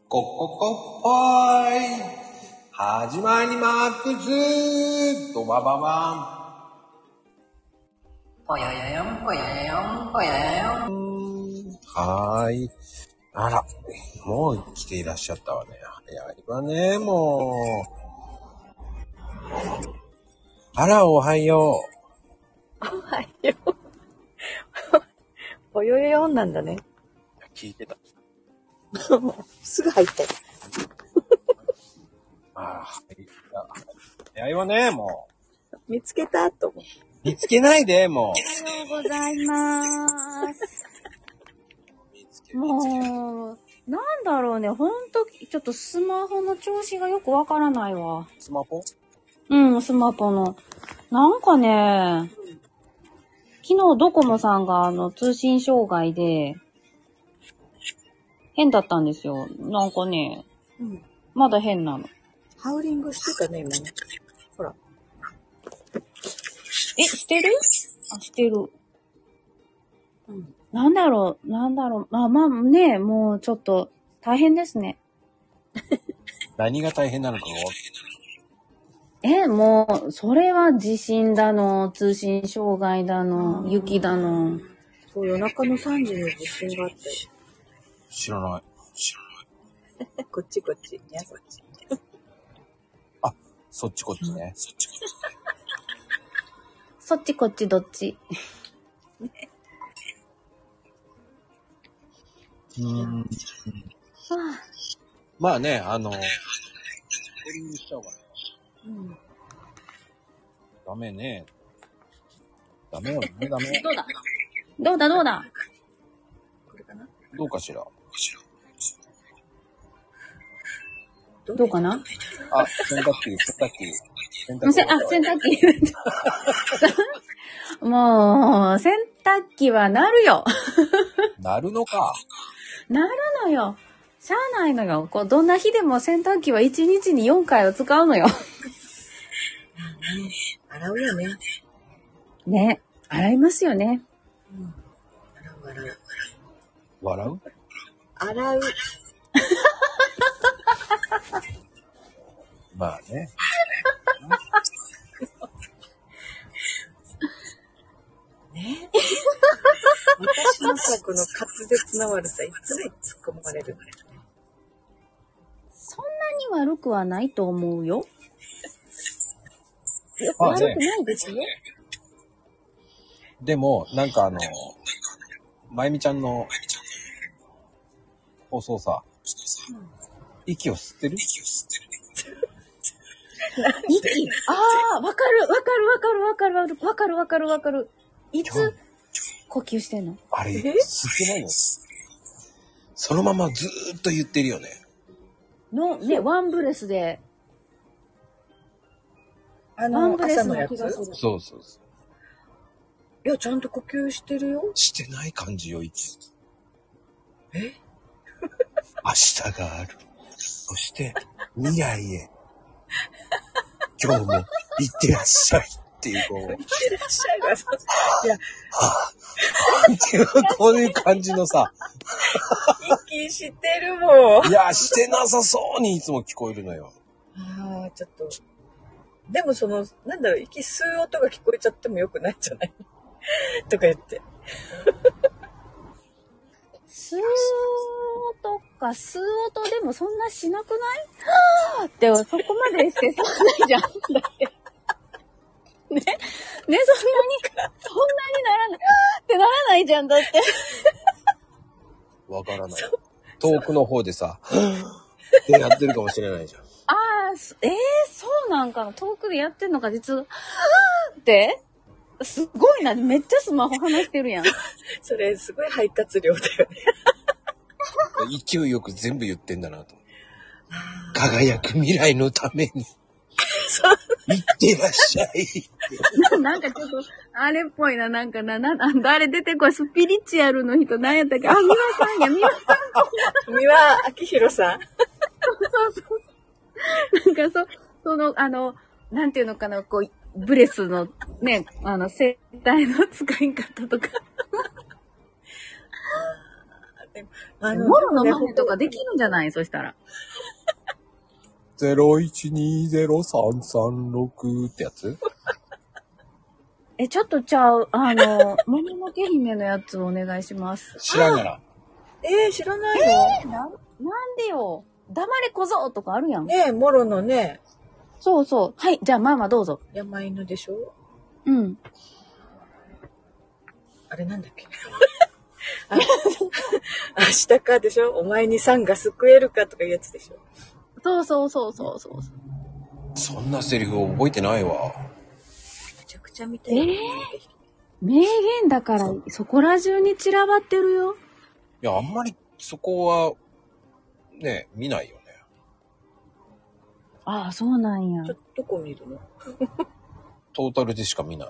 コココッポーイ始まりまっくずドバババンぽよよよんぽよよよんぽよよよん。 はーい。あら、もう来ていらっしゃったわね。早いわね、もう。あら、おはよおはよう。ぽよよよんなんだね。 う。聞いてた。 すぐ入って。 あー、早いわね、も見つけたと思って。 う。見つけないで、もう。 おはようございます。もう、なんだろうね。ほんと、ちょっとスマホの調子がよくわからないわ。 スマホ？ うん、スマホの。なんかね、昨日ドコモさんが通信障害で、変だったんですよ。なんかね、 うん。 まだ変なの。 ハウリングしてたね、今ね。ほら。 してる？あ、してる。 うん。 なんだろう。まあね、もうちょっと大変ですね。 何が大変なのかもう、それは地震だの、通信障害だの、雪だの。 そう、夜中の3時に地震があって。 知らない。 こっち。いや、こっち。 あ、そっちこっちね。 そっちこっちどっち。 まあね、レコーディングしちゃおうかな。 うん。 ダメね。ダメよね、ダメ。 どうだこれかな？ どうかしら。 どうかな。 あ、洗濯機。 洗濯機。もう、洗濯機はなるよ。 なるのか。 なるのよ。しゃあないのよ。どんな日でも洗濯機は1日に4回を使うのよ。 洗うよね。 ね。洗いますよね。 うん。 笑う？ 洗う。 まあね。 ね。私のさ、この滑舌の悪さ、いつも突っ込まれる。 そんなに悪くはないと思うよ。 あ悪くないですよ。 でも、なんかまゆみちゃんの放送さ、息を吸ってる？ わかる。いつ呼吸してんの？ あれ、吸ってないの？そのままずーっと言ってるよね。 ワンブレスで。ワンブレスの気がする。 そう。 いや、ちゃんと呼吸してるよ。 してない感じよ、息。 え？ 明日がある。そして、未来へ。今日も行ってらっしゃいっていう、こう。 いってらっしゃいが、いや、 っていう、こういう感じのさ。 息してるもん。 いや、してなさそうにいつも聞こえるのよ。 ああ、ちょっと。でもなんだろう、息吸う音が聞こえちゃってもよくないんじゃないとか言って。 吸う音でもそんなしなくない？はぁって、そこまでしてそんなにじゃん。だって。そんなにならない。ってならないじゃん、だって。 わからない。遠くの方でさ、ってやってるかもしれないじゃん。 そうなんかな。遠くでやってんのか、実は、ってすごいな。めっちゃスマホ離してるやん。 それ、すごい肺活量だよね。 勢いよく全部言ってんだなと。輝く未来のために。行ってらっしゃい。 なんかちょっと、あれっぽいな。なんか誰出てこい。スピリチュアルの人、何やったっけ？あ、三輪さんや、三輪さん。 三輪明宏さん。 そう。なんかなんていうのかな、こう、ブレスのね、声帯の使い方とか。 モロのマネとかできるんじゃない？そしたら。 01203336ってやつ？ ちょっとちゃう。もののけ姫のやつお願いします。 知らんがな。 知らないの？ なんでよ。黙れ小僧とかあるやん。 ねえ、モロのね。 そうそう。はい、じゃあママどうぞ。 山犬でしょ？ うん。 あれなんだっけ明日かでしょ？お前にさんが救えるかとかいうやつでしょ？ そう。そんなセリフ覚えてないわ。 めちゃくちゃ見たい。 名言だからそこら中に散らばってるよ。 いや、あんまりそこは、ね、見ないよね。 ああ、そうなんや。 どこ見るの？ トータルでしか見ない。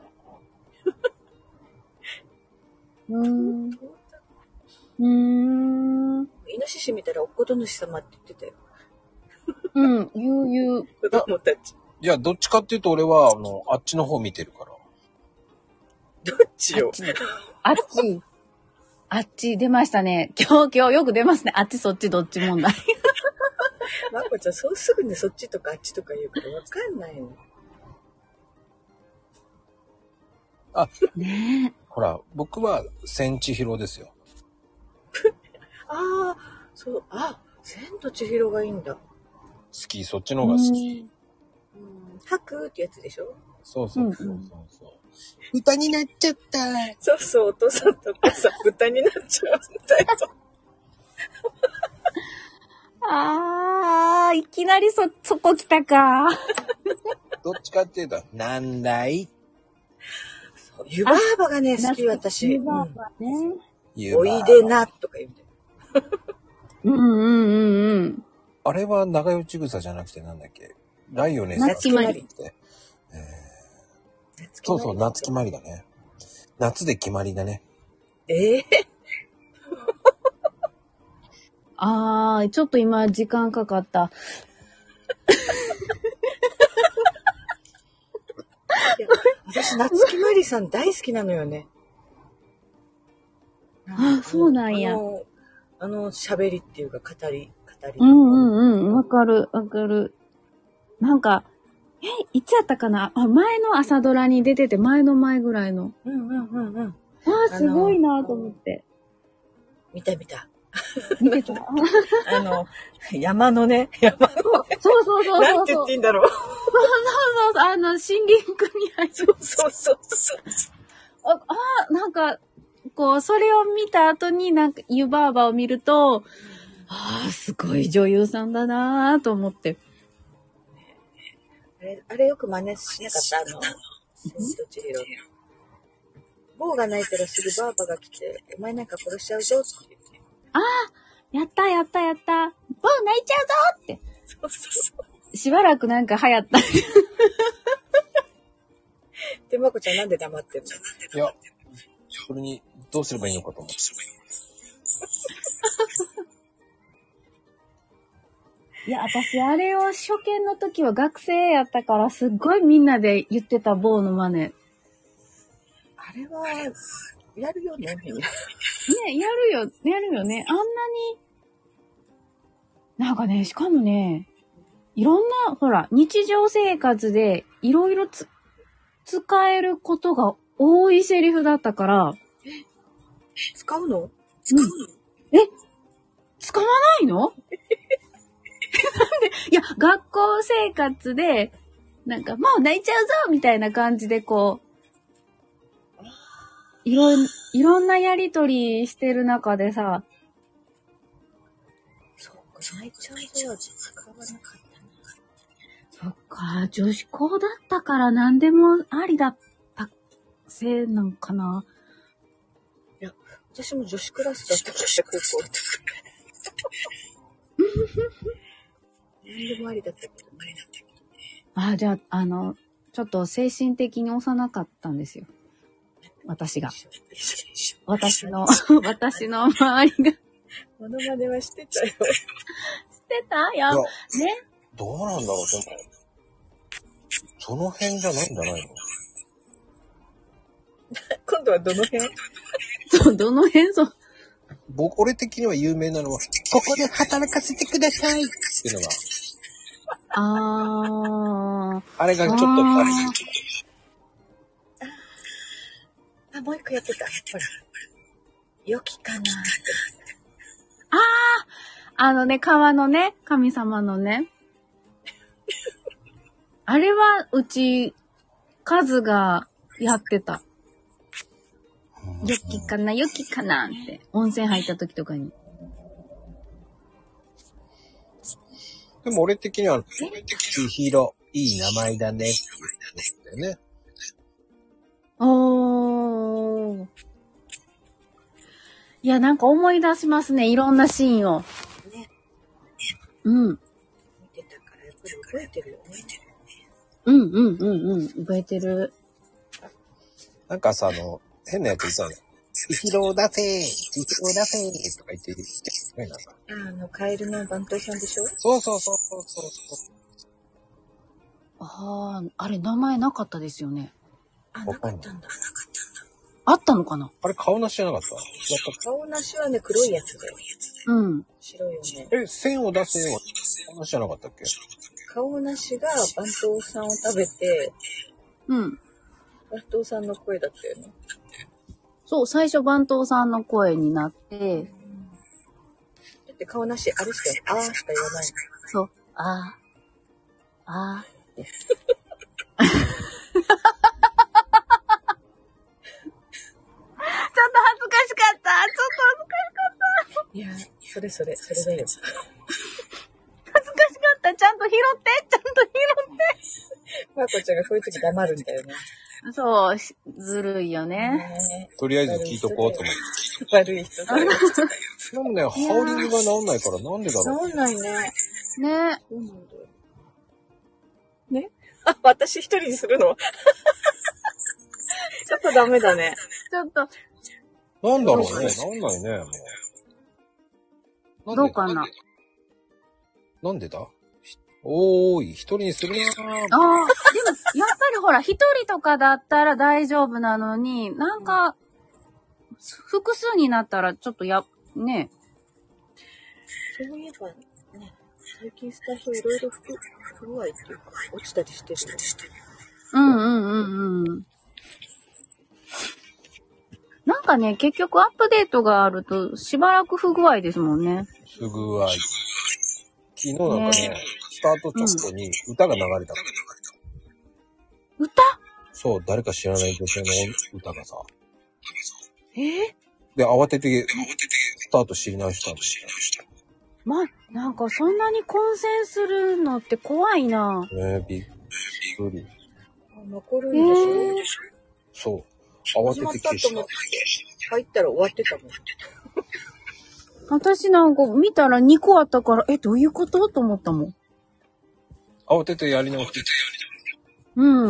イノシシ見たらおっこと主様って言ってたよ。 うん、言う。 子供たち。 いや、どっちかっていうと俺は、あっちの方見てるから。 どっちよ。 あっち出ましたね。今日よく出ますね。あっちそっちどっち問題。 まこちゃん、そうすぐにそっちとかあっちとか言うからわかんないの。 あ、 ねえ。 ほら、僕は千千尋ですよ。 ああ、そう、千と千尋がいいんだ。 好き、そっちの方が好き。 吐くってやつでしょ？ そう。豚になっちゃった。 そう、お父さんとお母さん豚になっちゃうんだよ。 いきなりそこ来たか。 どっちかっていうと、なんだい？ 湯婆婆がね、好き、私。 湯婆婆ね。 おいでな、とか言うんだよ。 うん。 あれは長与千草じゃなくてなんだっけ？ライオネス夏木マリ。 そう、夏木マリだね。夏で決まりだね。 ちょっと今時間かかった。 私、夏木マリさん大好きなのよね。 そうなんや。 喋りっていうか、語り。 わかる。なんか、いつやったかな？前の朝ドラに出てて、前の前ぐらいの。すごいなと思って。 見た。 見てた。 山のね。 そう。 なんて言っていいんだろう。 そう。森林組合。 そう。 なんか、こう、それを見た後になんか、湯婆婆を見ると、すごい女優さんだなと思って。 あれよく真似しなかった？千と千尋。坊が泣いたらすぐばあばが来て、お前なんか殺しちゃうぞって言って。 やった。坊泣いちゃうぞって。 そう。 しばらくなんか流行った。 で、まこちゃんなんで黙ってるの？ いや、それにどうすればいいのかと思って。 いや、私、あれを初見の時は学生やったから、すっごいみんなで言ってた坊の真似。 あれは、やるよね、みんな。 ね、やるよね。あんなに、なんかね、しかもね、いろんな、ほら、日常生活でいろいろ使えることが多いセリフだったから。 使うの？ 使わないの？なんで、いや、学校生活で、なんか、もう泣いちゃうぞみたいな感じでこう、いろんなやりとりしてる中でさ、 そうか、泣いちゃうぞは使わなかった。 そっか、女子校だったから何でもありだったせいなんかな。 いや、私も女子クラスだったから、高校って。何でもありだったけどね。 じゃあ、ちょっと精神的に幼かったんですよ。私が。私の周りが。 モノマネはしてたよ。 してたよ。ね。 どうなんだろう、でも。その辺じゃないんじゃないの？ 今度はどの辺？ そう、どの辺俺的には有名なのは、ここで働かせてくださいっていうのが、あれがちょっともう一個やってた。ほら。良きかなって。 川のね、神様のね。あれは、うち、カズがやってた。良きかな、良きかなって。温泉入った時とかに。 でも俺的には、千尋、いい名前だねって言ってね。 いや、なんか思い出しますね。いろんなシーンを。ね。うん。 見てたから、やっぱり覚えてるよね。 覚えてる。 なんかさ、変なやついたね。千尋だせー、千尋だせーとか言ってる。 カエルの番頭さんでしょ？ そう。 あれ名前なかったですよね。 なかったんだ。 あったのかな？ あれ顔なしじゃなかった？ 顔なしはね、黒いやつだよ。 うん。 白いよね。 線を出せよ。顔なしじゃなかったっけ？ 顔なしが番頭さんを食べて、 うん。 番頭さんの声だったよね。 そう、最初番頭さんの声になって、 だって顔なし、あれしか、あーしか言わない。 そう、あーって。ちょっと恥ずかしかった。 いや、それだよ。 恥ずかしかった。ちゃんと拾って。 まこちゃんがこういう時黙るんだよね。 そう、ずるいよね。 とりあえず聞いとこうと思って。 悪い人だよ。 でもね、ハウリングが治んないからなんでだろう。 治んないね。 ね。 そうなんだよ。ね？私一人にするのちょっとダメだね。 ちょっと。 なんだろうね。治んないね、もう。 どうかな。 なんでだ？おーい、一人にするなー。 でも、やっぱりほら、一人とかだったら大丈夫なのに、なんか、複数になったらちょっとね。 そういえばね、最近スタッフいろいろ不具合っていうか、落ちたりしてる。 なんかね、結局アップデートがあると、しばらく不具合ですもんね。 不具合。昨日なんかね、スタート直後に歌が流れた。 歌？ そう、誰か知らない女性の歌がさ。 で、 慌てて、スタート知り直したんですよ。 なんかそんなに混戦するのって怖いな。 ね、びっくり。 残るんでしそう。 ょ？ 慌てて消した。 入ったら終わってたもん。 私なんか見たら2個あったから、どういうことと思ったもん。 慌ててやり直して。 うん。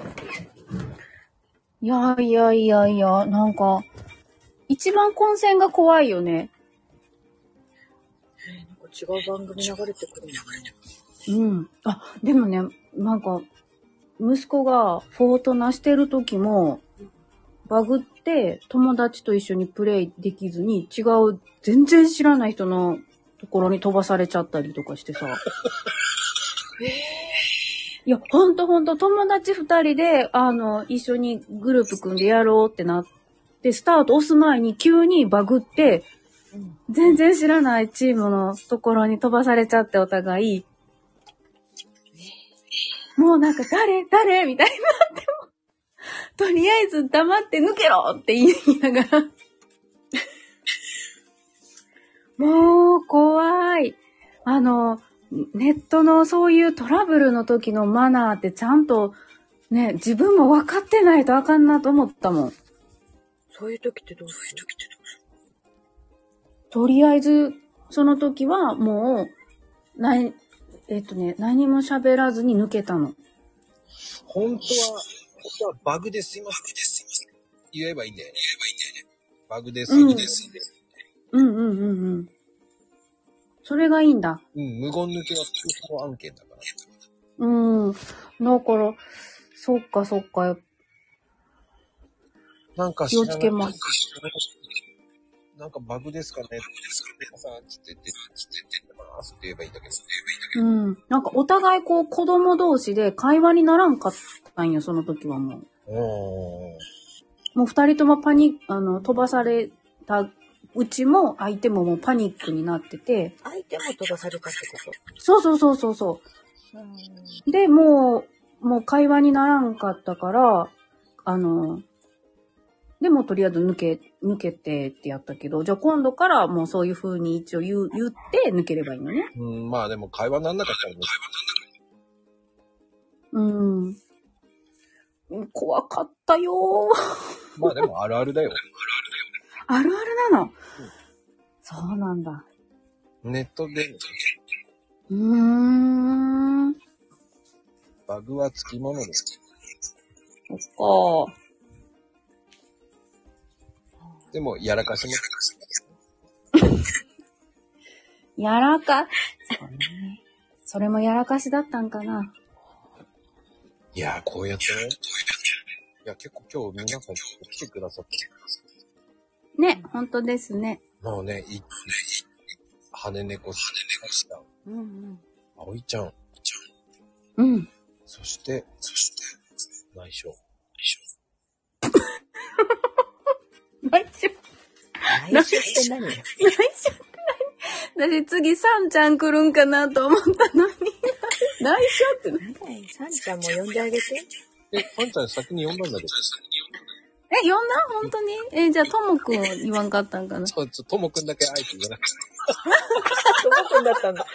いや、なんか、一番混戦が怖いよね。 なんか違う番組流れてくるもんね。でもね、なんか、息子がフォートナしてる時も、バグって友達と一緒にプレイできずに全然知らない人のところに飛ばされちゃったりとかしてさ。いや、ほんと友達2人で、一緒にグループ組んでやろうってなって、スタート押す前に急にバグって、全然知らないチームのところに飛ばされちゃってお互い。もうなんか誰みたいになっても。とりあえず黙って抜けろって言いながら。もう怖い。ネットのそういうトラブルの時のマナーってちゃんとね、自分も分かってないとあかんなと思ったもん。 そういう時ってどうする？ とりあえず、その時はもう、何も喋らずに抜けたの。 本当はバグですいません。言えばいいんだよね。バグです。 それがいいんだ。 無言抜けは通報案件だから。 だから、そっか。 なんか気をつけます。 なんかバグですかねさんつって言ってますって言えばいいんだけど。 うん。なんかお互いこう子供同士で会話にならんかったんよ、その時はもう。もう二人とも飛ばされたうちも相手ももうパニックになってて。 相手も飛ばされたってこと？ そう。で、もう会話にならんかったから、でもとりあえず抜けてってやったけど、じゃあ今度からもうそういう風に一応言って抜ければいいのね。 まあでも会話なんなかったらね。 怖かったよー。 まあでもあるあるだよ。 あるあるなの、そうなんだ。 ネットで。バグはつきものです。 そっか。 でも、やらかしも。 やらか、そうね。それもやらかしだったんかな。 いやー、こうやってね。いや、結構今日皆さん来てくださって。 ね、本当ですね。 もうね、羽猫さん。葵ちゃん。そして、内緒。 内緒って何？ 私次サンちゃん来るんかなと思ったのに。内緒って何？サンちゃんも呼んであげて。 サンちゃん先に呼んだんだけど。 呼んだ？本当に？じゃあともくんは言わんかったんかな。 そう、ともくんだけあえて言わなくて。 ともくんだったんだ。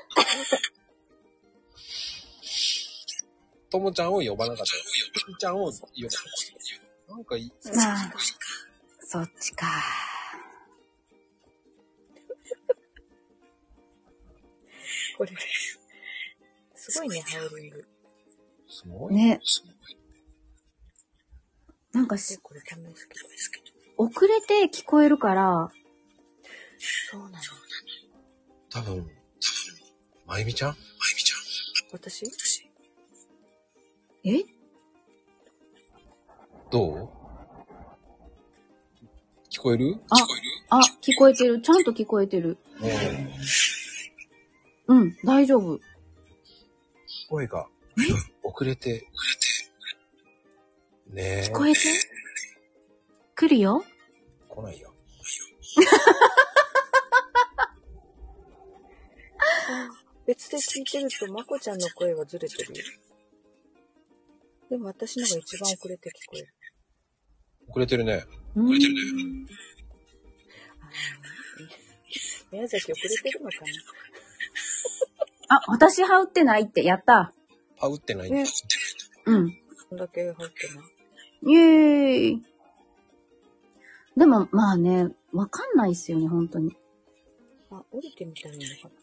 ともちゃんを呼ばなかったよ。ともちゃんを呼ばなかった。なんかいい。 そっちか。 これ、すごいね、ハウリング。 すごいね。なんかこれ試すけど。 遅れて聞こえるから。 そうなの。 多分、まゆみちゃん？ 私？ どう？聞こえる？ 聞こえてる。ちゃんと聞こえてる。大丈夫。 声が遅れて。ねえ。 聞こえて？来るよ。 来ないよ。 別で聞いてると、まこちゃんの声はずれてるよ。でも私のが一番遅れて聞こえる。 遅れてるね。 宮崎遅れてるのかな？ 私羽打ってないって、やった。 羽打ってないね。こんだけ羽打ってない。 イエーイ。でも、まあね、わかんないっすよね、本当に。 降りてみたらいいのか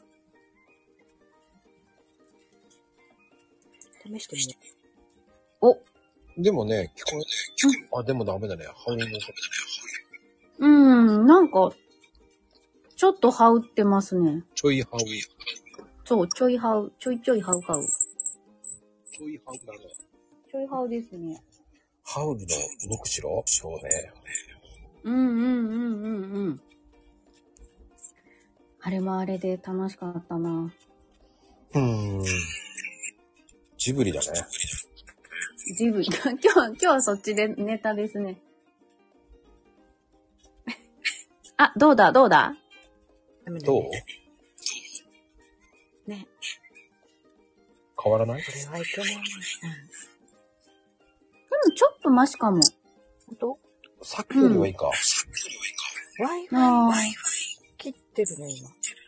な？試してみよう。 でもね、聞こえ、でもダメだね。ハウリング。 なんか、ちょっと羽打ってますね。 ちょいハウ。 そう、ちょい羽打、ちょい羽羽。 ちょいハウだね。 ちょい羽ですね。 ハウルの動く城？そうね。 あれもあれで楽しかったな。 ジブリだね。 ジブリ。今日はそっちでネタですね。どうだどう？ ね。 変わらない？ これはいけない。 でもちょっとマシかも。 本当？ さっきよりはいいか。 Wi-Fi 切ってるね、今。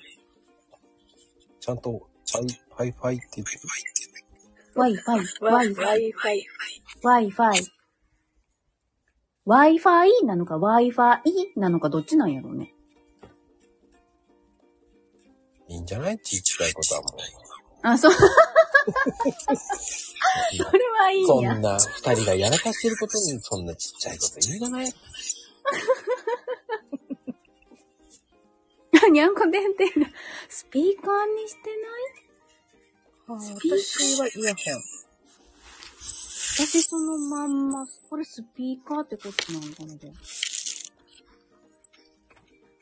ちゃんと、Wi-Fi って言ってる。 Wi-Fi なのか Wi-Fi なのかどっちなんやろうね。 いいんじゃない？ちっちゃいことはもう。 そう。それはいいんや。 そんな二人がやらかしてることにそんなちっちゃいこと言うじゃない？ にゃんこてんてんがスピーカーにしてない？ 私はイヤホン。 私そのまんま、これスピーカーってことなのかな？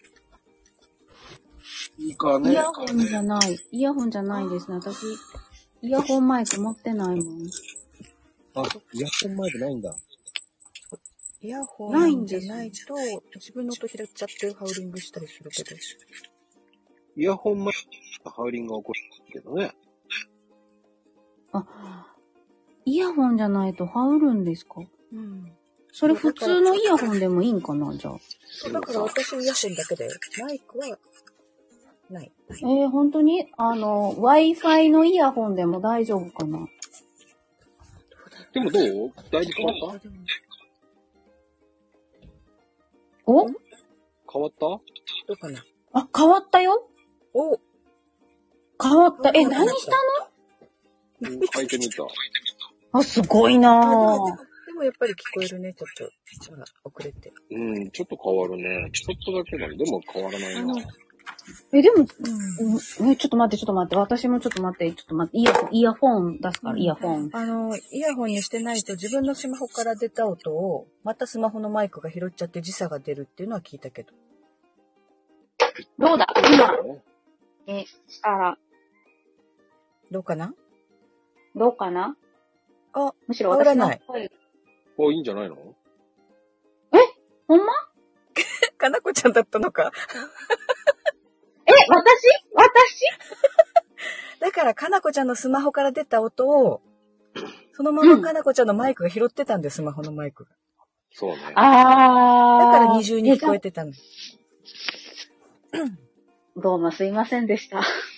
いいかね。 イヤホンじゃない。イヤホンじゃないですね。私、イヤホンマイク持ってないもん。 あ、イヤホンマイクないんだ。 イヤホンじゃないと、自分の音拾っちゃってハウリングしたりするけど。 イヤホンマイクハウリングが起こるけどね。 あ、イヤホンじゃないとハウるんですか？ うん。 それ普通のイヤホンでもいいんかな、じゃあ。 そうだから私イヤホンだけだよ。マイクはない。 本当にWi-Fi のイヤホンでも大丈夫かな？ でもどう？大事変わった？ お？ 変わった？ どうかな？ あ、変わったよ。 お、 変わった。何した変えてみた。 の？あ、すごいなぁ。 でもやっぱり聞こえるね、ちょっと。ほら、遅れて。 うん、ちょっと変わるね。ちょっとだけだね。でも変わらないな。 でも、ちょっと待って。私もちょっと待って。イヤホン出すから、イヤホン。 イヤホンにしてないと自分のスマホから出た音を、またスマホのマイクが拾っちゃって時差が出るっていうのは聞いたけど。 どうだ今。したら。 どうかな？ どうかな？ あ、 むしろ私の声。 いいんじゃないの？ ほんま？ かなこちゃんだったのか。 私だからかなこちゃんのスマホから出た音を、そのままかなこちゃんのマイクが拾ってたんだよ、スマホのマイクが。 そうね。 だから二重に聞こえてたの。 どうもすいませんでした。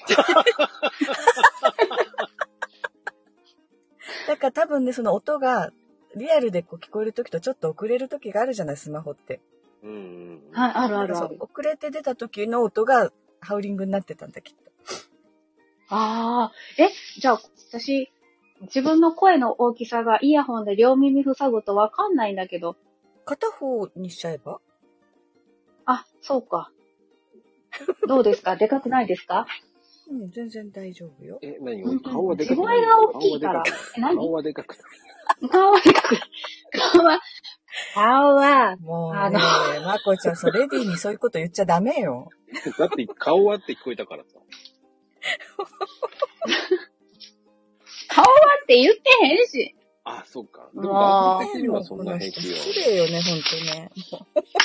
だから多分ね、その音がリアルでこう聞こえるときとちょっと遅れるときがあるじゃない、スマホって。 はい、あるあるある。 遅れて出た時の音がハウリングになってたんだ、きっと。 じゃあ、私、自分の声の大きさがイヤホンで両耳塞ぐとわかんないんだけど。 片方にしちゃえば？ あ、そうか。どうですか？でかくないですか？ うん、全然大丈夫よ。 何？顔はでかくない？ 声が大きいから。 顔はでかくない。 顔はでかくない。顔は、 もうね、まこちゃん、レディーにそういうこと言っちゃダメよ。 だって顔はって聞こえたからさ。 顔はって言ってへんし。 あ、そうか。でも番組的にはそんな平気よ。 失礼よね、ほんとね。 ほんとです。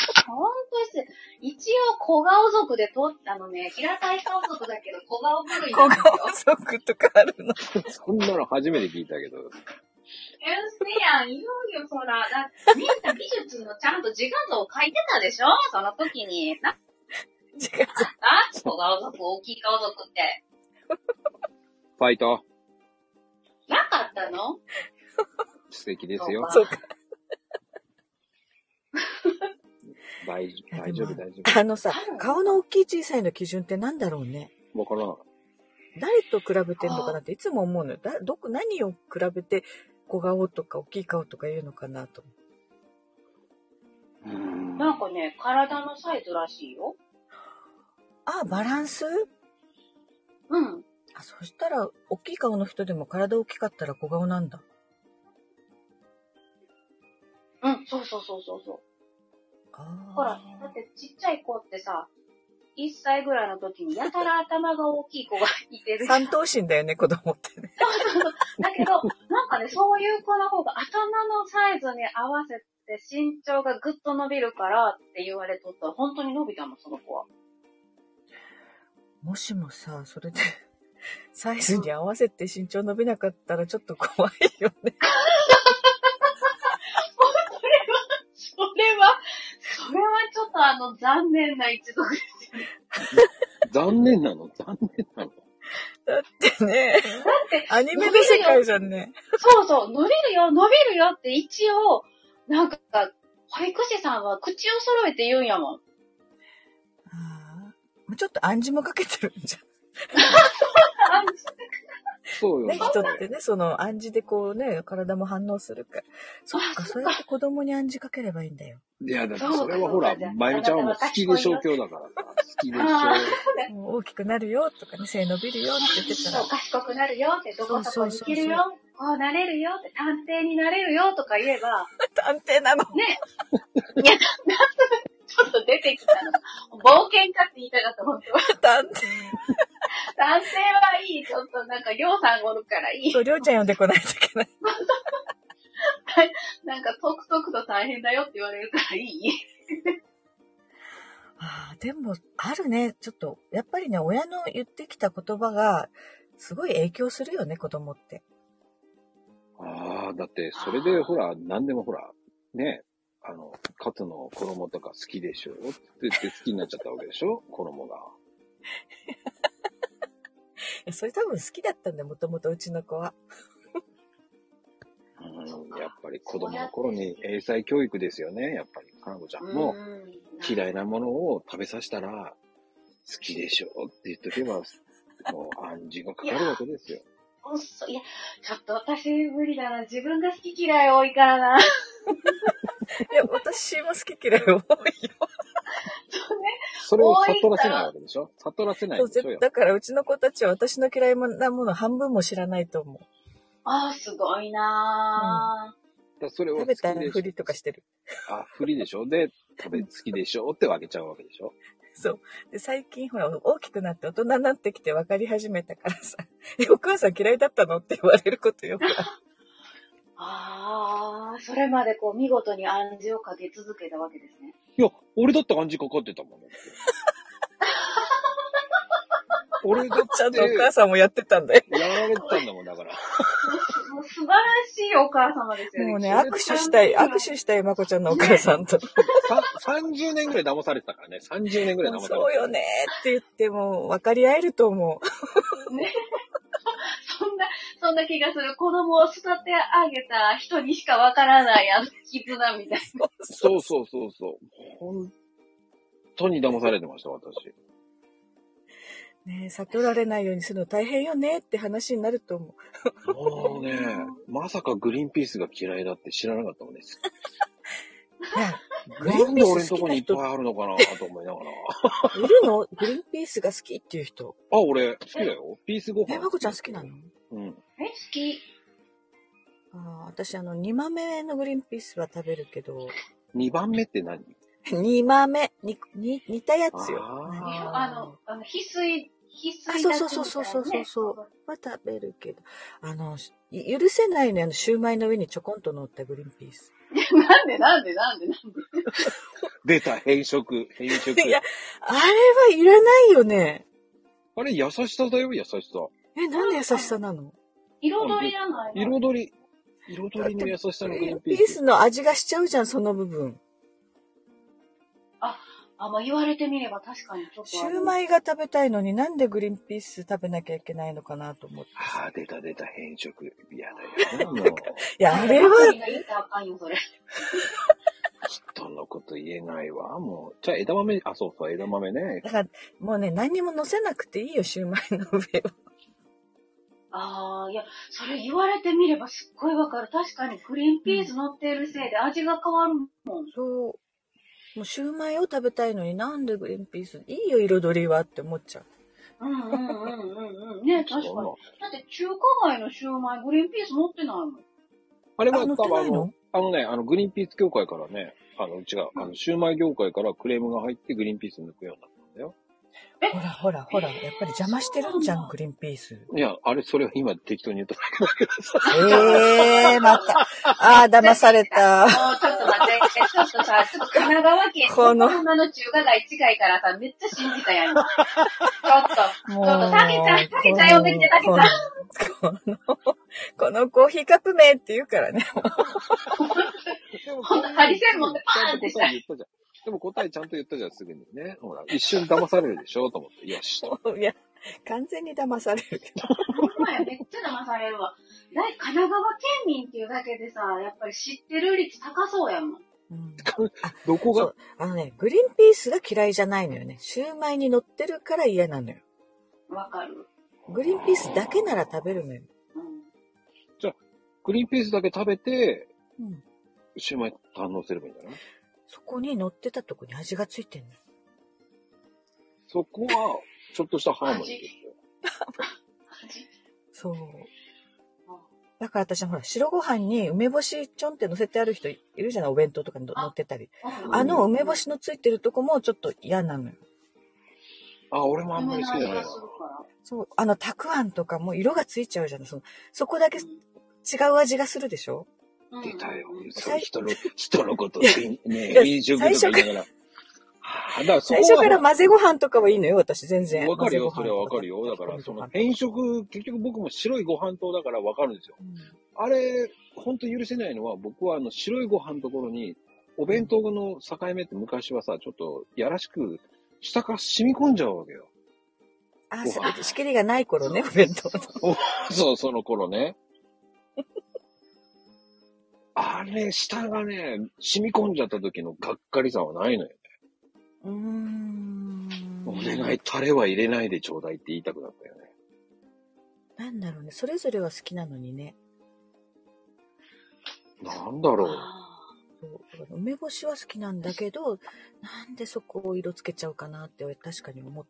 一応小顔族で平たい顔族だけど小顔部類なんですよ。 小顔族とかあるの？ そんなの初めて聞いたけど。 やん、いよいよそら、みんな美術のちゃんと自画像を描いてたでしょ？その時に。 自画像。 小顔族、大きい顔族って。 ファイト。 なかったの？ 素敵ですよ。 そうか。 大丈夫。 さ、顔の大きい小さいの基準ってなんだろうね。 わからん。 誰と比べてんのかなっていつも思うのよ。何を比べて小顔とか大きい顔とか言うのかなと。 なんかね、体のサイズらしいよ。 あ、バランス？ うん。 あ、そしたら、大きい顔の人でも体大きかったら小顔なんだ。 うん、そう。ほら、だってちっちゃい子ってさ、1歳ぐらいの時にやたら頭が大きい子がいてる。 三頭身だよね、子供ってね。 そう。だけど、なんかね、そういう子の方が頭のサイズに合わせて身長がぐっと伸びるからって言われとったら、本当に伸びたの、その子は。 もしもさ、それで、サイズに合わせて身長伸びなかったらちょっと怖いよね。 それはちょっと残念な一族ですよね。 残念なの？ だってね、アニメの世界じゃんね。 そう、伸びるよって一応、なんか、保育士さんは口を揃えて言うんやもん。 ちょっと暗示もかけてるんじゃん。 そうよね。 人ってね、その暗示でこうね、体も反応するから。そっか、そうやって子供に暗示かければいいんだよ。 いや、だってそれはほら、まゆみちゃんはもう好きでしょう今日だからさ。好きでしょう。 もう大きくなるよとかね、背伸びるよって言ってたら。 賢くなるよって、どこそこに行けるよ、こうなれるよって、探偵になれるよとか言えば。 探偵なの？ ね。いや、ちょっっと出てきたの。冒険家って言いたかった、本当は。 探偵。 男性はいい。ちょっとなんか、りょうさんおるからいい。 そう、りょうちゃん呼んでこないといけない。 なんか、トクトクと大変だよって言われるからいい。 ああ、でも、あるね。ちょっと、やっぱりね、親の言ってきた言葉が、すごい影響するよね、子供って。 ああ、だって、それでほら、何でもほら、ね、カツの衣とか好きでしょって言って好きになっちゃったわけでしょ衣が。 それ多分好きだったんだよ、もともとうちの子は。 やっぱり子供の頃に英才教育ですよね。やっぱり、かなこちゃんも嫌いなものを食べさせたら、好きでしょって言っとけば、もう暗示がかかるわけですよ。 いや、ちょっと私無理だな。自分が好き嫌い多いからな。 いや、私も好き嫌い多いよ。 それを悟らせないわけでしょ悟らせないんでしょよ。 だからうちの子たちは私の嫌いなもの半分も知らないと思う。 ああ、すごいなぁ、それを食べたふりとかしてる。 あ、ふりでしょで、好きでしょって分けちゃうわけでしょ。 そう。で、最近ほら、大きくなって大人になってきて分かり始めたからさ、お母さん嫌いだったのって言われることよくある。 ああ、それまでこう見事に暗示をかけ続けたわけですね。 いや、俺だって暗示かかってたもん。俺だってちゃんとお母さんもやってたんだよ。 やられてたんだもん、だから。 もう素晴らしいお母様ですよね。 もうね、握手したい、まこちゃんのお母さんと。 30年ぐらい騙されてたからね。30年ぐらい騙されてた。 そうよねって言っても分かり合えると思う。 ね。そんな気がする。子供を育て上げた人にしかわからない絆みたいな。 そう。本当に騙されてました、私。 ねえ、悟られないようにするの大変よねって話になると思う。 もうね、まさかグリーンピースが嫌いだって知らなかったもんです。なんで俺のとこにいっぱいあるのかなと思いながら。 いるの？グリーンピースが好きっていう人。 あ、俺、好きだよ。ピースご飯。 まこちゃん好きなの？ うん。 好き。 私2豆のグリーンピースは食べるけど。 2番目って何 ？2豆。煮たやつよ。 翡翠そう。は食べるけど。許せないね、シューマイの上にちょこんと乗ったグリーンピース。 なんで出た、変色。いや、あれはいらないよね。 あれ、優しさだよ、優しさ。 なんで優しさなの？ 彩りじゃないの？ 彩りの優しさのグリーンピース。 ピースの味がしちゃうじゃん、その部分。 まあ、言われてみれば確かにちょっと。 シューマイが食べたいのになんでグリーンピース食べなきゃいけないのかなと思って。 出た、変色。嫌だよ、もう。 いや、あれは。 人のこと言えないわ、もう。じゃあ、枝豆ね。 だから、もうね、何にも乗せなくていいよ、シューマイの上を。いや、それ言われてみればすっごいわかる。確かにグリーンピース乗ってるせいで味が変わるもん。 そう。もうシューマイを食べたいのになんでグリーンピースいいよ彩りはって思っちゃう。ね、確かに。だって中華街のシューマイグリーンピース乗ってないもん。 あれは多分グリーンピース業界からね、シューマイ業界からクレームが入ってグリーンピース抜くようになったんだよ。 ほら、やっぱり邪魔してるんじゃん、グリーンピース。 いや、それは今適当に言っただけだけどさ。 また。騙された。 もうちょっと待って、ちょっと神奈川県、横浜の中華街近いからさ、めっちゃ信じたやん。ちょっと、たけちゃん呼んできて、たけちゃん。 このコーヒーカップ麺って言うからね。 ほんと、ハリセン持ってパーンってした。 でも答えちゃんと言ったじゃん、すぐにね。ほら、一瞬騙されるでしょと思って。よし。 いや、完全に騙されるけど。 ほんまや、めっちゃ騙されるわ。神奈川県民っていうだけでさ、やっぱり知ってる率高そうやもん。 どこが？ グリーンピースが嫌いじゃないのよね。シューマイに乗ってるから嫌なのよ。 わかる。 グリーンピースだけなら食べるのよ。 じゃあ、グリーンピースだけ食べて、シューマイ堪能すればいいんじゃない？ そこに乗ってたとこに味がついてんの。 そこは、ちょっとしたハーモニーですよ。 そう。 だから私ほら、白ご飯に梅干しちょんって乗せてある人いるじゃない、お弁当とかに乗ってたり。あの梅干しのついてるとこもちょっと嫌なのよ。 あ、俺もあんまり好きじゃないわ。 そう、たくあんとかも色がついちゃうじゃない。そこだけ違う味がするでしょ。 出たよ。そう人のことね、飲食とか言いながら。 最初から混ぜご飯とかはいいのよ、私全然。 わかるよ、それはわかるよ。だから、その変色、結局僕も白いご飯糖だからわかるんですよ。あれ、ほんと許せないのは、僕は白いご飯のところに、お弁当の境目って昔はさ、ちょっとやらしく、下から染み込んじゃうわけよ。 あ、仕切りがない頃ね、お弁当の。 そう、その頃ね。あれ、下がね、染み込んじゃった時のがっかりさはないのよね。お願い、タレは入れないでちょうだいって言いたくなったよね。 なんだろうね、それぞれは好きなのにね。 なんだろう。 そう梅干しは好きなんだけど、なんでそこを色つけちゃうかなって確かに思った。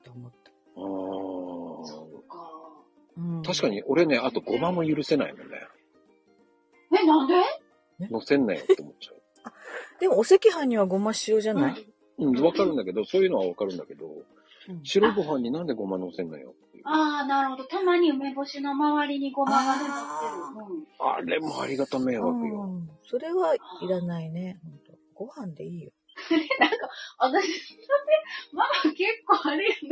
確かに俺ね、あとごまも許せないもんね。 なんで？ 乗せんなよって思っちゃう。 でもお赤飯にはごま塩じゃない？ わかるんだけど、そういうのはわかるんだけど、白いご飯になんでごま乗せんのよっていう。 ああ、なるほど。たまに梅干しの周りにごまが乗ってる。 あれもありがた迷惑よ。 それはいらないね。ご飯でいいよ。 なんか、私、ママ結構あれやな。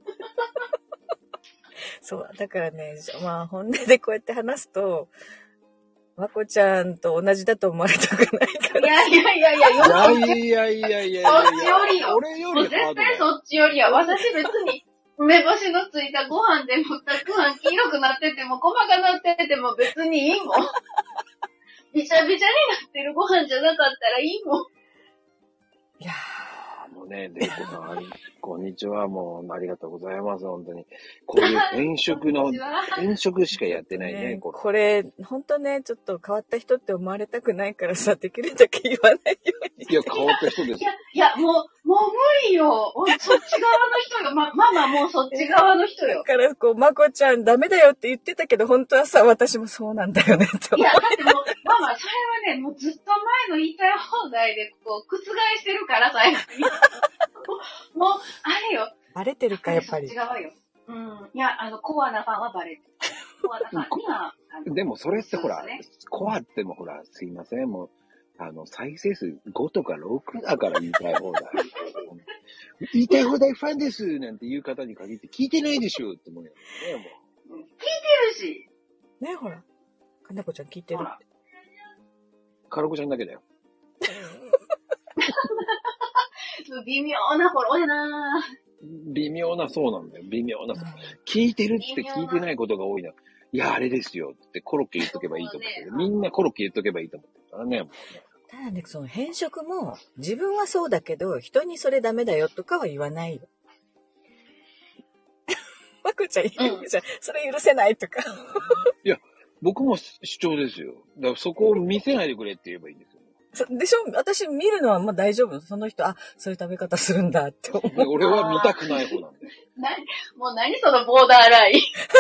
そう、だからね、まあ本音でこうやって話すと、まこちゃんと同じだと思われたくないから。 いや。そっちよりよ。 俺より絶対そっちよりや。私別に、梅干しのついたご飯でも、たくあん黄色くなってても、細かなってても別にいいもん。びちゃびちゃになってるご飯じゃなかったらいいもん。 いやー、もうね、デイコさん、こんにちは。もう、ありがとうございます。本当に。こういう変色しかやってないね。 これ、本当ね、ちょっと変わった人って思われたくないからさ、できるだけ言わないように。 いや、変わった人です。 いや、もう無理よ。そっち側の人よ。ママもうそっち側の人よ。 だから、まこちゃんダメだよって言ってたけど、本当はさ、私もそうなんだよねって思う。 いや、だってもう、ママ、それはね、もうずっと前の言いたい放題で、覆してるから、最後に。もう、あれよ。 バレてるか、やっぱり。 違うよ。いや、コアなファンはバレてる。コアなファンには。 でも、それってほら、コアってもほら、すいません、もう、再生数5とか6だから言いたい放題。言いたい放題ファンですなんて言う方に限って聞いてないでしょって思うよね、もう。 聞いてるし。 ね、ほら。かなこちゃん聞いてるって。 かなこちゃんだけだよ。 微妙な頃やな微妙な、そうなんだよ。微妙な。聞いてるって聞いてないことが多いな。いや、あれですよってコロッケ言っとけばいいと思ってる。みんなコロッケ言っとけばいいと思ってるからね。もうねただね、その変色も自分はそうだけど、人にそれダメだよとかは言わないよ。まこちゃん言うじゃん。それ許せないとか。 いや、僕も主張ですよ。だからそこを見せないでくれって言えばいいんですよ。 でしょ？私見るのはもう大丈夫。その人、そういう食べ方するんだって思う。 俺は見たくない方なんで。 もう何そのボーダーライン。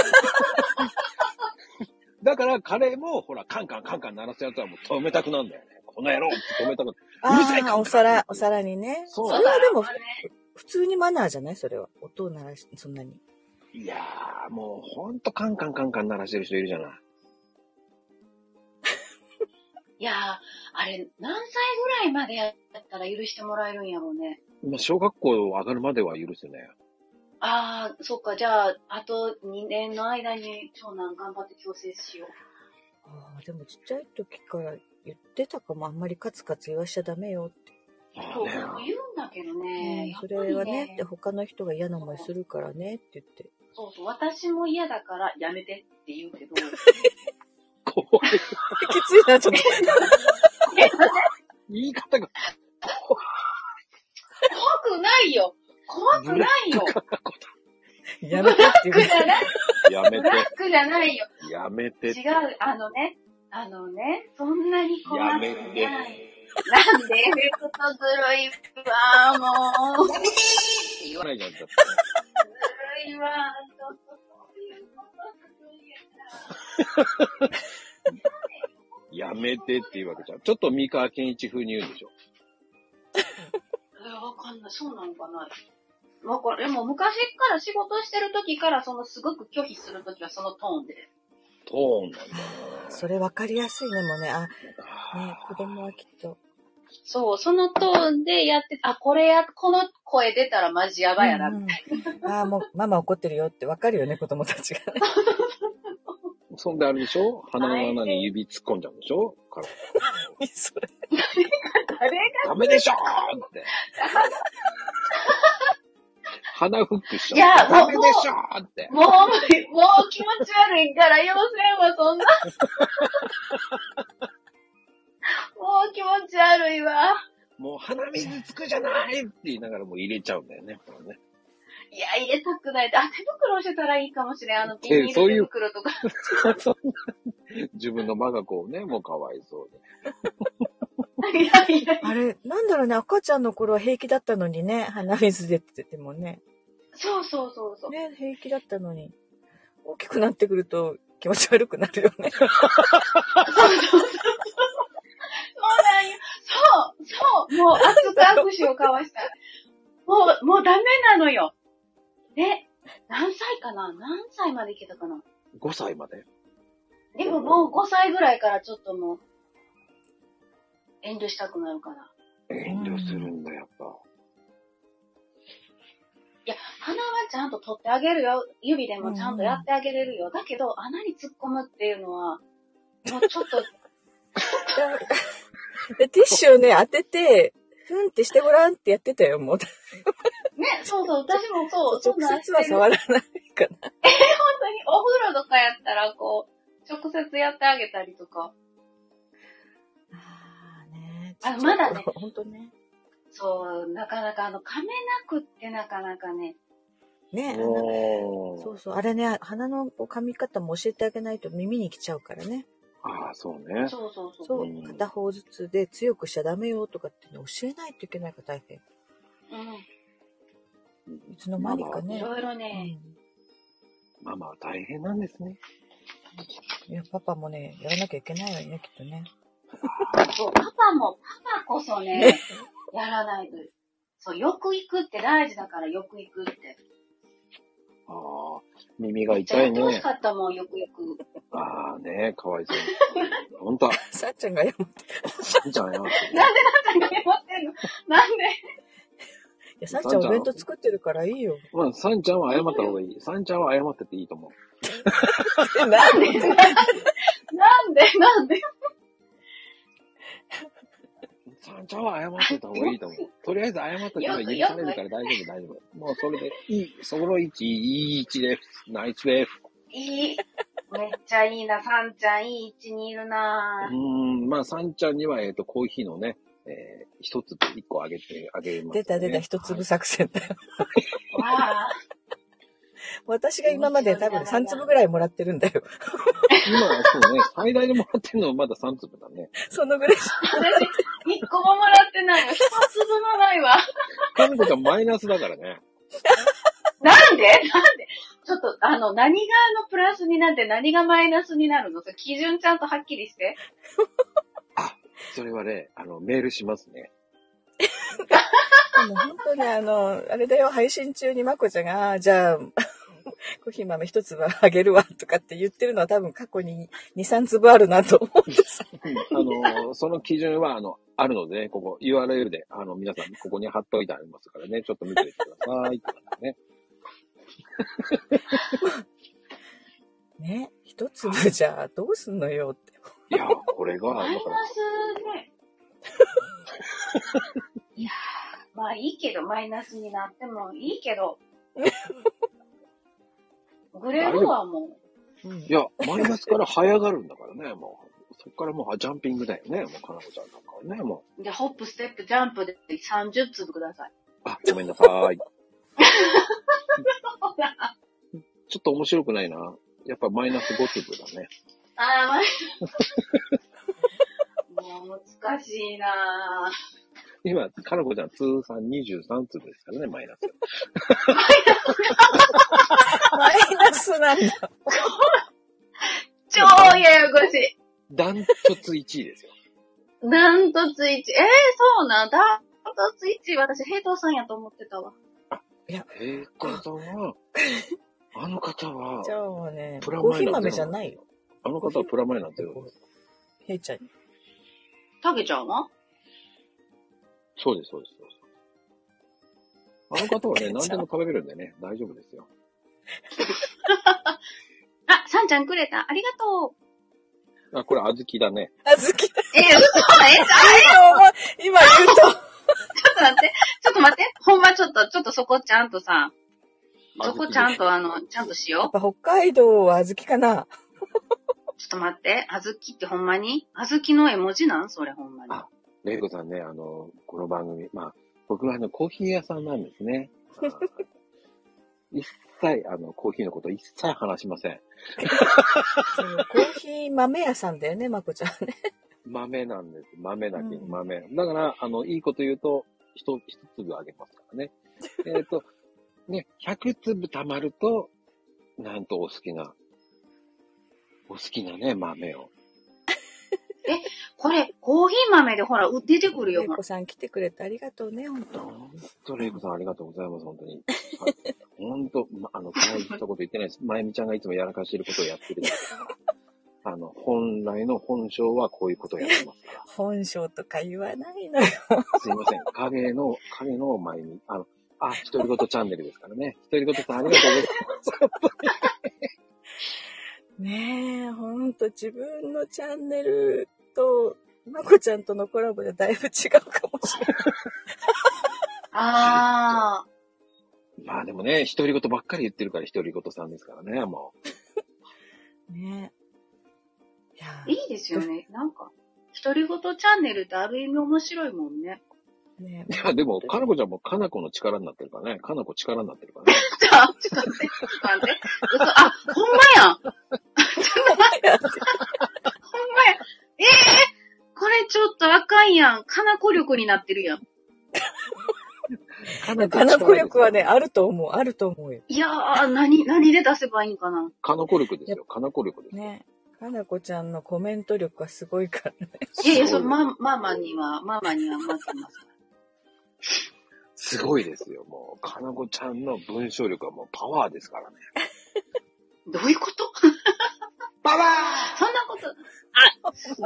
だから彼も、ほら、カンカン鳴らすやつはもう止めたくなんだよね。この野郎って止めたくなる。うるさいかお皿にね。 そう。 それはでも、普通にマナーじゃないそれは。音を鳴らし、そんなに。 いやー、もうほんとカンカン鳴らしてる人いるじゃない。 いやー、あれ、何歳ぐらいまでやったら許してもらえるんやろうね。 まあ、小学校上がるまでは許せね。 そっか、じゃあ、あと2年の間に長男頑張って矯正しよう。でもちっちゃい時から言ってたかも、あんまりカツカツ言わしちゃダメよって。 そう、言うんだけどね。 それはねって他の人が嫌な思いするからねって言って。 そう、私も嫌だからやめてって言うけど。 怖い。 きついな、ちょっと。 言い方が。 怖くないよ。怖くないよ。 やめてって言う。 やめて。 ブラックじゃないよ。 やめて。 違う、そんなに怖くない。 やめて。 なんでエフェクトずるいわ、もう。 やめてって言わないじゃん。ずるいわ、ちょっとそういうことするんやな。 やめてっていうわけじゃん。ちょっと三河健一風に言うんでしょ。 わかんない。そうなのかな。でも昔から仕事してる時から、すごく拒否する時はそのトーンで。 トーンなんだね。 それ分かりやすいね、もうね。ね、子供はきっと。 そう、そのトーンでやって、この声出たらマジやばいやな、みたいな。もう、ママ怒ってるよって分かるよね、子供たちが。 そんであれでしょ、鼻の穴に指突っ込んじゃうんでしょ、 何それ。 誰がダメでしょーって。鼻フックしちゃう。 いや、 ダメでしょーって。 もう気持ち悪いから要せんわ、そんな。もう気持ち悪いわ。 もう鼻水つくじゃないって言いながらもう入れちゃうんだよね。 いや、入れたくない。手袋してたらいいかもしれん。ビニール手袋とか。 自分の我が子をね、もうかわいそうで。いや。 あれ、なんだろうね、赤ちゃんの頃は平気だったのにね、鼻水出ててもね。 そう。 ね、平気だったのに。大きくなってくると気持ち悪くなるよね。 そうなんよ。そう。もう熱く握手を交わした。もうダメなのよ。何歳かな？何歳までいけたかな？ 5 歳まで。 でももう5歳ぐらいからちょっともう、遠慮したくなるかな。 遠慮するんだ、やっぱ。 いや、鼻はちゃんと取ってあげるよ。指でもちゃんとやってあげれるよ。だけど、穴に突っ込むっていうのは、もうちょっと。 でティッシュをね、当てて、ふんってしてごらんってやってたよ、もう。 ね、そう、私もそう。 直接は触らないかな。 本当にお風呂とかやったら、直接やってあげたりとか。 ね。 まだね。 本当ね。 そう、なかなか噛めなくってなかなかね。 ね、そう。あれね、鼻の噛み方も教えてあげないと耳に来ちゃうからね。 ああ、そうね。 そう。 そう、片方ずつで強くしちゃダメよとかって教えないといけないから大変。いつの間にかね。 いろいろね。 ママは大変なんですね。 いや、パパもね、やらなきゃいけないわよね、きっとね。 そう、パパこそね、やらないと。そう、よく行くって大事だからよく行くって。 ああ、耳が痛いね。 やってほしかったもん、よく。 ああね、かわいそう。ほんと。 さっちゃんが謝ってる。 さっちゃん謝ってる。 なんでさっちゃんが謝ってんの？なんで？ いや、さっちゃんお弁当作ってるからいいよ。 まあ、さんちゃんは謝った方がいい。さんちゃんは謝ってていいと思う。 なんでさんちゃんは謝ってた方がいいと思う。とりあえず謝ったから許されるから大丈夫。もうそれでいい。その位置、いい位置です。ナイスウェーブ。 いい。めっちゃいいな、さんちゃんいい位置にいるな。 まあ、さんちゃんには、コーヒーのね、一つ一個あげます、ね。 出た、一粒作戦だよ。 わあ。 私が今まで多分3粒ぐらいもらってるんだよ。 今はそうね、最大でもらってるのはまだ3粒だね。 そのぐらい。 私、1個ももらってないわ。1粒もないわ。 かみこちゃんマイナスだからね。 なんでちょっと、何がプラスになって何がマイナスになるの？基準ちゃんとはっきりして。 それはね、メールしますね。 でも本当にあれだよ、配信中にまこちゃんが、じゃあ、コーヒー豆一粒あげるわとかって言ってるのは多分過去に2、3粒あるなと思うんですその基準は、あるので、ね、ここ URL で、皆さんここに貼っといてありますからね、ちょっと見ておいてください。ね。 ね、一粒じゃあどうすんのよって。 いや、これが、 マイナスね。いやー、まあいいけど、マイナスになってもいいけど。グレードはもう。いや、マイナスから這い上がるんだからね、もう。そこからもうジャンピングだよね、もう、かなこちゃんなんかはね、もう。で、ホップ、ステップ、ジャンプで30粒ください。 あ、ごめんなさい。ちょっと面白くないな。やっぱマイナス5粒だね。 マイナス。もう難しいなぁ。 今、かなこちゃん通算23粒ですからね、マイナス。 マイナスなんだ。 超ややこしい。 ダントツ1位ですよ。 ダントツ1位。そうなん。ダントツ1位。私、平等さんやと思ってたわ。 平等さんは、あの方は、 じゃあね、 プラコーヒーマイなんて豆じゃないよ。 あの方はプラマイなんてヘイちゃんに。 たけちゃんはそうです。あの方はね、何でも食べれるんでね、大丈夫ですよ。 あ、さんちゃんくれた。ありがとう。 あ、これ小豆だね。 小豆だ。 嘘だ、 今言うと。 ちょっと待って。ほんまちょっとそこちゃんとさ、そこちゃんとちゃんとしよう。 やっぱ北海道は小豆かな。 ちょっと待って。小豆ってほんまに小豆の絵文字なんそれほんまに。 あ、れいこさんね、この番組、僕はコーヒー屋さんなんですね。一切、コーヒーのこと一切話しません。 コーヒー豆屋さんだよね、まこちゃんね。 豆なんです。豆だけに豆。だから、いいこと言うと、一粒あげますからね。ね、100粒貯まると、なんとお好きなね、豆を。 これ、コーヒー豆でほら、出てくるよ。 れいこさん来てくれてありがとうね、ほんと。 ほんと、れいこさんありがとうございます、本当に。ほんと、大したこと言ってないです。まゆみちゃんがいつもやらかしていることをやってるんですから。本来の本性はこういうことをやってますから。 本性とか言わないのよ。 すいません。影のまゆみ。独り言チャンネルですからね。独り言さんありがとうございます。 ねえ、ほんと自分のチャンネルと、まこちゃんとのコラボでだいぶ違うかもしれない。 あでもね、独り言ばっかり言ってるから独り言さんですからね、もう。ねいいですよね。なんか、独り言チャンネルってある意味面白いもんね。 ねいや、でも、かなこちゃんもかなこの力になってるからね。かなこ力になってるからね。 ちょっと待って。嘘、ほんまやん。ほんまや。これちょっとあかんやん。かなこ力になってるやん。 かなこ力はね、あると思うよ。 いやー、何で出せばいいんかな。 かなこ力ですよ。かなこ力です。 ね。かなこちゃんのコメント力はすごいからね。 いや、ママには負けます。 すごいですよ。もう、かなこちゃんの文章力はもうパワーですからね。 どういうことパワそんなこと。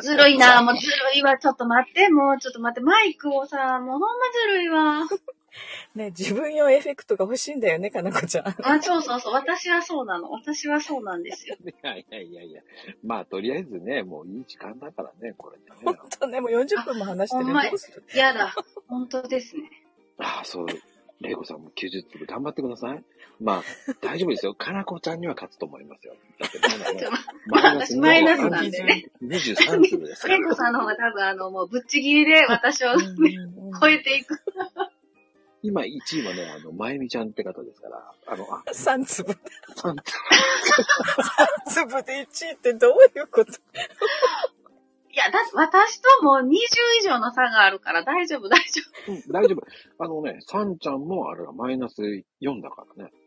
ずるいな。もうずるいわ。ちょっと待って。マイクをさ、もうほんまずるいわ。 ね、自分用エフェクトが欲しいんだよね、かなこちゃん。 そう。私はそうなの。私はそうなんですよ。 いや。とりあえずね、もういい時間だからね、これでね。 ほんとね、もう40分も話してる。どうする？ やだ。本当ですね。 そう。れいこさんも90粒頑張ってください。大丈夫ですよ。かなこちゃんには勝つと思いますよ。だって私マイナスなんでね。 23粒ですから。 れいこさんの方が多分もうぶっちぎりで私を超えていく。 今1位はね、まゆみちゃんって方ですから、 3粒。 3 3粒で1位ってどういうこと？ いや、私ともう20以上の差があるから大丈夫。 大丈夫。さんちゃんもあれがマイナス4だからね。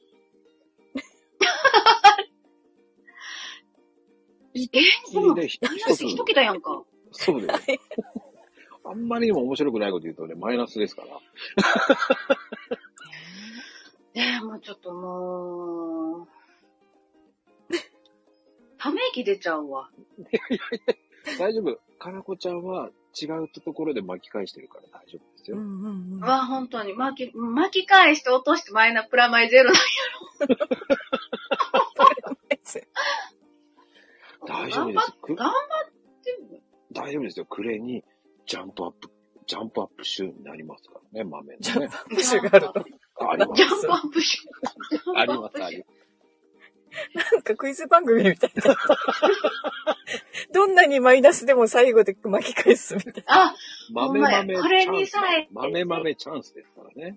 マイナス1桁やんか。 そうです。あんまりにも面白くないこと言うとね、マイナスですから。 もうちょっともう、ため息出ちゃうわ。 大丈夫。かなこちゃんは違うところで巻き返してるから大丈夫ですよ。 本当に巻き返して落としてプラマイゼロなんやろ。 大丈夫です。 頑張ってる。 大丈夫ですよ。暮れにジャンプアップ週になりますからね、豆のね。 ジャンプアップ週があるの。 あります。 ジャンプアップ週。 あります。 なんかクイズ番組みたいな。どんなにマイナスでも最後で巻き返すみたいな。 豆これにさえ。 豆チャンスですからね。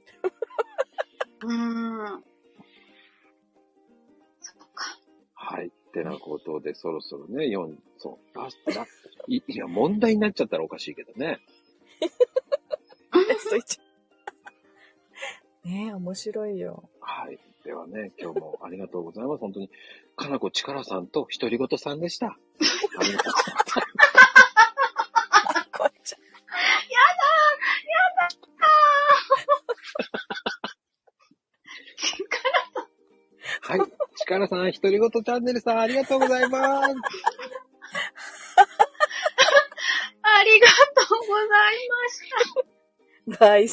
そっか。 はい。ってなことで、そろそろね、ラスト。いや、問題になっちゃったらおかしいけどね。 ラスト1。ねえ、面白いよ。 はい。ではね、今日もありがとうございます。本当に。 かなこちからさんと独り言さんでした。ありがとう。 こっちゃ。 はい。ちからさん、独り言チャンネルさん、ありがとうございます。 ありがとうございました。 大